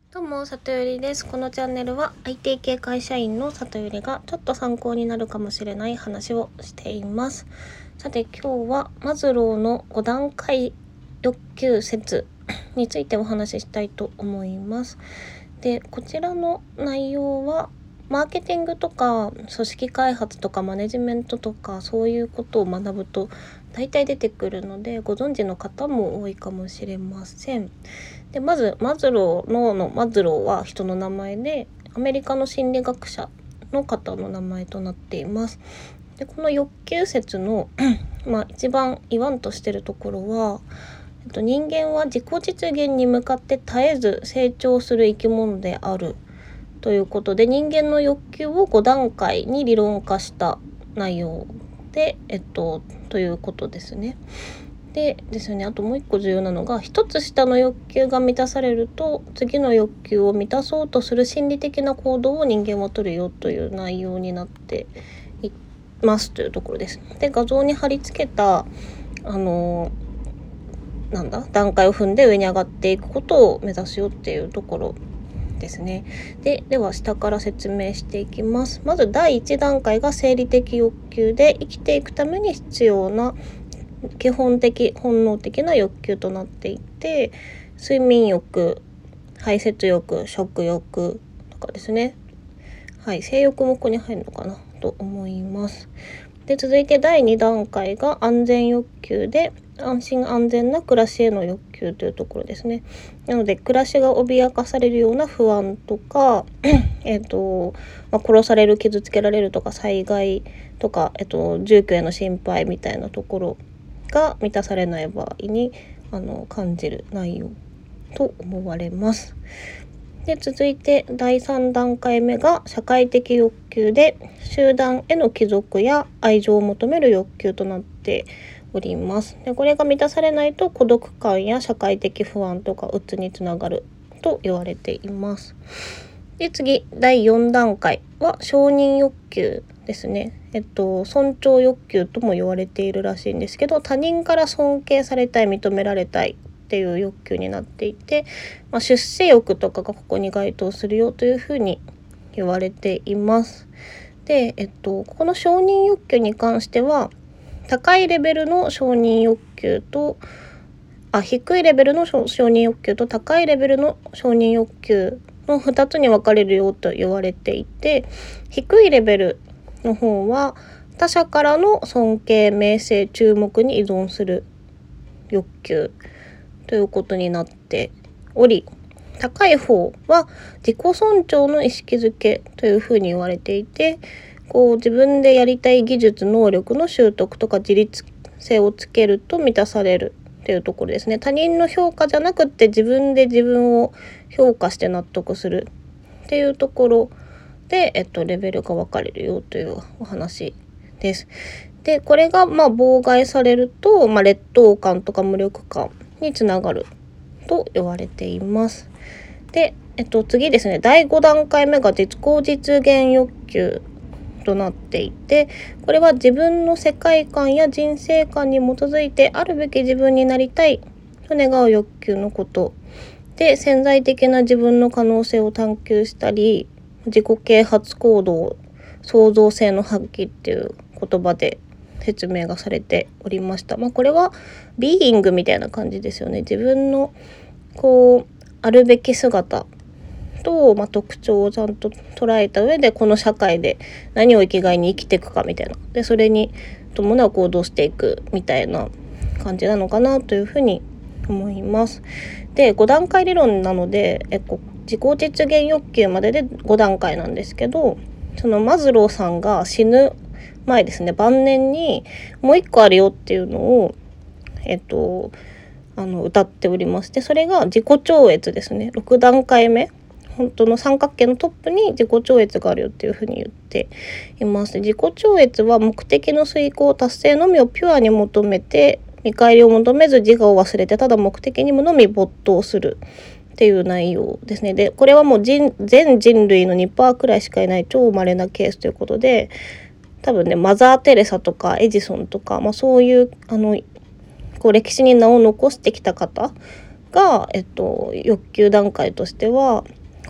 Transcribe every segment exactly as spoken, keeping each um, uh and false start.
どうも、里よりです。このチャンネルは アイティー 系会社員の里よりがちょっと参考になるかもしれない話をしています。さて、今日はマズローのご段階欲求説についてお話ししたいと思います。で、こちらの内容はマーケティングとか組織開発とかマネジメントとかそういうことを学ぶと大体出てくるので、ご存知の方も多いかもしれません。でまずマズロー の, のマズローは人の名前で、アメリカの心理学者の方の名前となっています。でこの欲求説のまあ一番言わんとしてるところは、えっと、人間は自己実現に向かって絶えず成長する生き物であるということで、人間の欲求をご段階に理論化した内容で、えっと、ということですね。でですね、あともう一個重要なのが、一つ下の欲求が満たされると次の欲求を満たそうとする心理的な行動を人間は取るよという内容になっていますというところです。で画像に貼り付けたあのなんだ段階を踏んで上に上がっていくことを目指すよっていうところですね。で、では下から説明していきます。まずだいいち段階が生理的欲求で、生きていくために必要な基本的本能的な欲求となっていて、睡眠欲、排泄欲、食欲とかですね。はい、性欲もここに入るのかなと思います。で続いてだいに段階が安全欲求で、安心安全な暮らしへの欲求というところですね。なので暮らしが脅かされるような不安とかえっと、まあ、殺される、傷つけられるとか、災害とか、えっと、住居への心配みたいなところが満たされない場合にあの感じる内容と思われます。で続いてだいさん段階目が社会的欲求で、集団への帰属や愛情を求める欲求となっております。でこれが満たされないと孤独感や社会的不安とかうつにつながると言われています。で次だいよん段階は承認欲求ですね。えっと尊重欲求とも言われているらしいんですけど、他人から尊敬されたい、認められたいっていう欲求になっていて、まあ、出世欲とかがここに該当するよというふうに言われています。で、えっと、この承認欲求に関しては、高いレベルの承認欲求とあ低いレベルの承認欲求と高いレベルの承認欲求のふたつに分かれるよと言われていて、低いレベルの方は他者からの尊敬、名声、注目に依存する欲求ということになっており、高い方は自己尊重の意識づけというふうに言われていて、こう自分でやりたい技術、能力の習得とか自立性をつけると満たされるっていうところですね。他人の評価じゃなくって自分で自分を評価して納得するっていうところで、えっと、レベルが分かれるよというお話です。でこれがまあ妨害されると、まあ、劣等感とか無力感につながると言われています。で、えっと、次ですね、だいご段階目が自己実現欲求となっていて、これは自分の世界観や人生観に基づいてあるべき自分になりたいと願う欲求のことで、潜在的な自分の可能性を探求したり、自己啓発行動、創造性の発揮っていう言葉で説明がされておりました。まあこれはビーイングみたいな感じですよね。自分のこうあるべき姿と、まあ、特徴をちゃんと捉えた上で、この社会で何を生きがいに生きていくかみたいな、でそれに伴う行動していくみたいな感じなのかなというふうに思います。でご段階理論なので、えこ自己実現欲求まででご段階なんですけど、そのマズローさんが死ぬ前ですね、晩年にもう一個あるよっていうのをえっとあの歌っておりまして、それが自己超越ですね。ろく段階目、本当の三角形のトップに自己超越があるよっていうふうに言っています。自己超越は目的の遂行達成のみをピュアに求めて、見返りを求めず自我を忘れて、ただ目的にのみ没頭するっていう内容ですね。でこれはもう人全人類の にパーセント くらいしかいない超稀なケースということで、多分ねマザー・テレサとかエジソンとか、まあ、そういうあのこう歴史に名を残してきた方が、えっと、欲求段階としては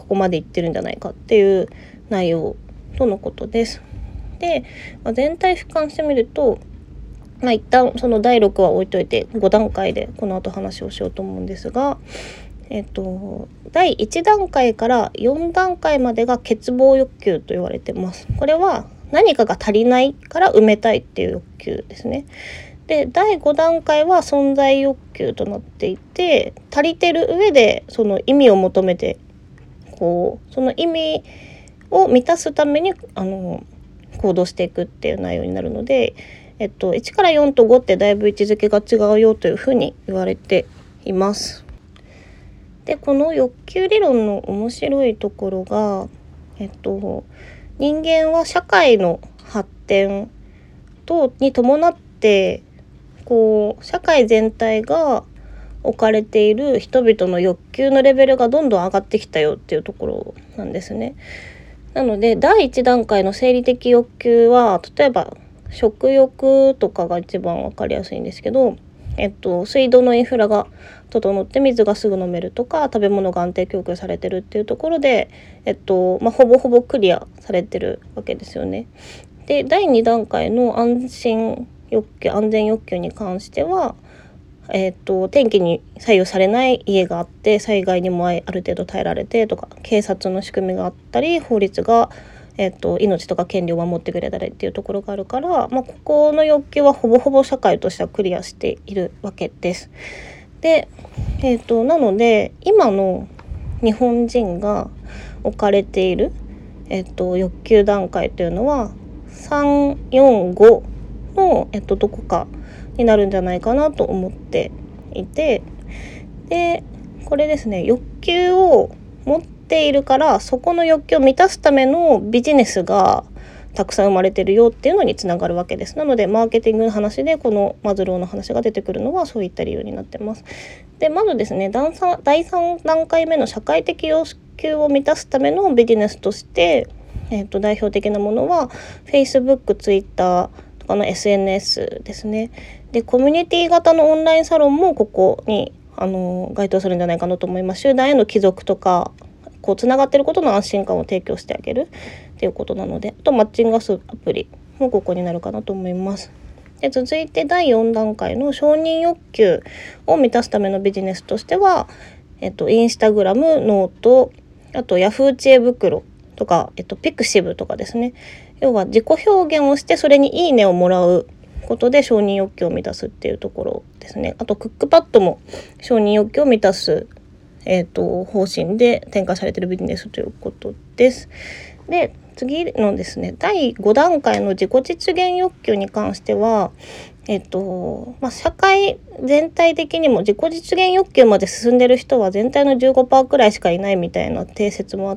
こまでいってるんじゃないかっていう内容とのことです。で、まあ、全体俯瞰してみると、まあ、一旦そのだいろくは置いといてご段階でこの後話をしようと思うんですが、えっと、だいいち段階からよん段階までが欠乏欲求と言われてます。これは何かが足りないから埋めたいっていう欲求ですね。で、だいご段階は存在欲求となっていて、足りてる上でその意味を求めて、こうその意味を満たすためにあの行動していくっていう内容になるので、えっと、いちからよんとごってだいぶ位置づけが違うよというふうに言われています。で、この欲求理論の面白いところが、えっと、人間は社会の発展とに伴ってこう社会全体が置かれている人々の欲求のレベルがどんどん上がってきたよっていうところなんですね。なのでだいいち段階の生理的欲求は、例えば食欲とかが一番わかりやすいんですけど、えっと、水道のインフラが整って水がすぐ飲めるとか、食べ物が安定供給されてるっていうところで、えっとまあ、ほぼほぼクリアされてるわけですよね。で、だいに段階の安心欲求、安全欲求に関しては、えっと、天気に左右されない家があって、災害にもある程度耐えられてとか、警察の仕組みがあったり、法律がえっと、命とか権利を守ってくれたりっていうところがあるから、まあ、ここの欲求はほぼほぼ社会としてはクリアしているわけです。で、えっと、なので今の日本人が置かれている、えっと、欲求段階というのはさん、よん、ごの、えっと、どこかになるんじゃないかなと思っていて、で、これですね、欲求を持ってているから、そこの欲求を満たすためのビジネスがたくさん生まれてるよっていうのにつながるわけです。なのでマーケティングの話でこのマズローの話が出てくるのはそういった理由になってます。で、まずですね、だいさん段階目の社会的欲求を満たすためのビジネスとして、えーと、代表的なものは Facebook、Twitter とかの エスエヌエス ですね。で、コミュニティ型のオンラインサロンもここにあの該当するんじゃないかなと思います。集団への帰属とか、こうつながっていることの安心感を提供してあげるっていうことなので、あとマッチングアプリもここになるかなと思います。で、続いてだいよん段階の承認欲求を満たすためのビジネスとしては、えっと、インスタグラム、ノート、あとヤフー知恵袋とか、えっと、ピクシブとかですね。要は自己表現をしてそれにいいねをもらうことで承認欲求を満たすっていうところですね。あとクックパッドも承認欲求を満たすえーと、方針で展開されているビジネスということです。で、次のですね、だいご段階の自己実現欲求に関しては、えっとまあ、社会全体的にも自己実現欲求まで進んでる人は全体の じゅうごパーセント くらいしかいないみたいな定説もあって、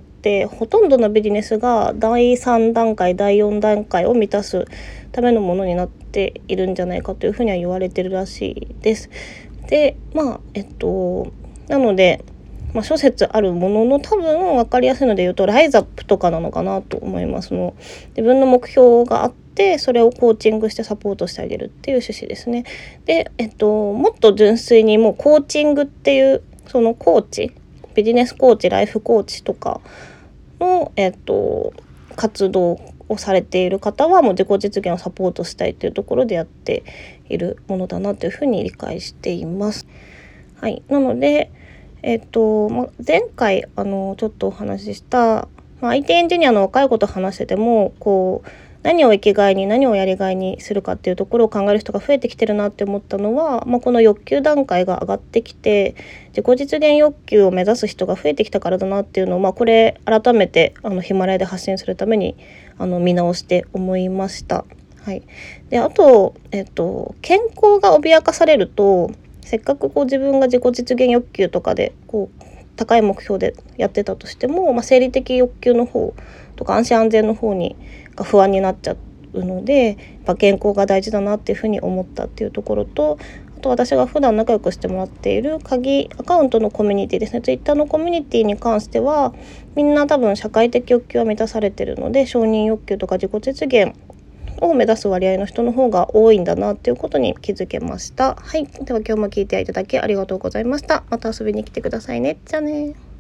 ほとんどのビジネスがだいさん段階、だいよん段階を満たすためのものになっているんじゃないかというふうには言われてるらしいです。で、まあえっとなのでまあ、諸説あるものの、多分分かりやすいので言うとライズアップとかなのかなと思いますの。自分の目標があってそれをコーチングしてサポートしてあげるっていう趣旨ですね。で、えっと、もっと純粋にもうコーチングっていうそのコーチ、ビジネスコーチ、ライフコーチとかの、えっと、活動をされている方はもう自己実現をサポートしたいというところでやっているものだなというふうに理解しています。はい、なのでえっと、前回あのちょっとお話しした、まあ、アイティー エンジニアの若い子と話しててもこう何を生きがいに何をやりがいにするかっていうところを考える人が増えてきてるなって思ったのは、まあ、この欲求段階が上がってきて自己実現欲求を目指す人が増えてきたからだなっていうのを、まあ、これ改めてあのヒマラヤで発信するためにあの見直して思いました。はい、であと、えっと、健康が脅かされるとせっかくこう自分が自己実現欲求とかでこう高い目標でやってたとしても、まあ、生理的欲求の方とか安心安全の方にが不安になっちゃうので、やっぱ健康が大事だなっていうふうに思ったっていうところと、あと私が普段仲良くしてもらっている鍵アカウントのコミュニティですね、ツイッターのコミュニティに関してはみんな多分社会的欲求は満たされてるので、承認欲求とか自己実現を目指す割合の人の方が多いんだなっていうことに気づけました。はい、では今日も聞いていただきありがとうございました。また遊びに来てくださいね。じゃあね。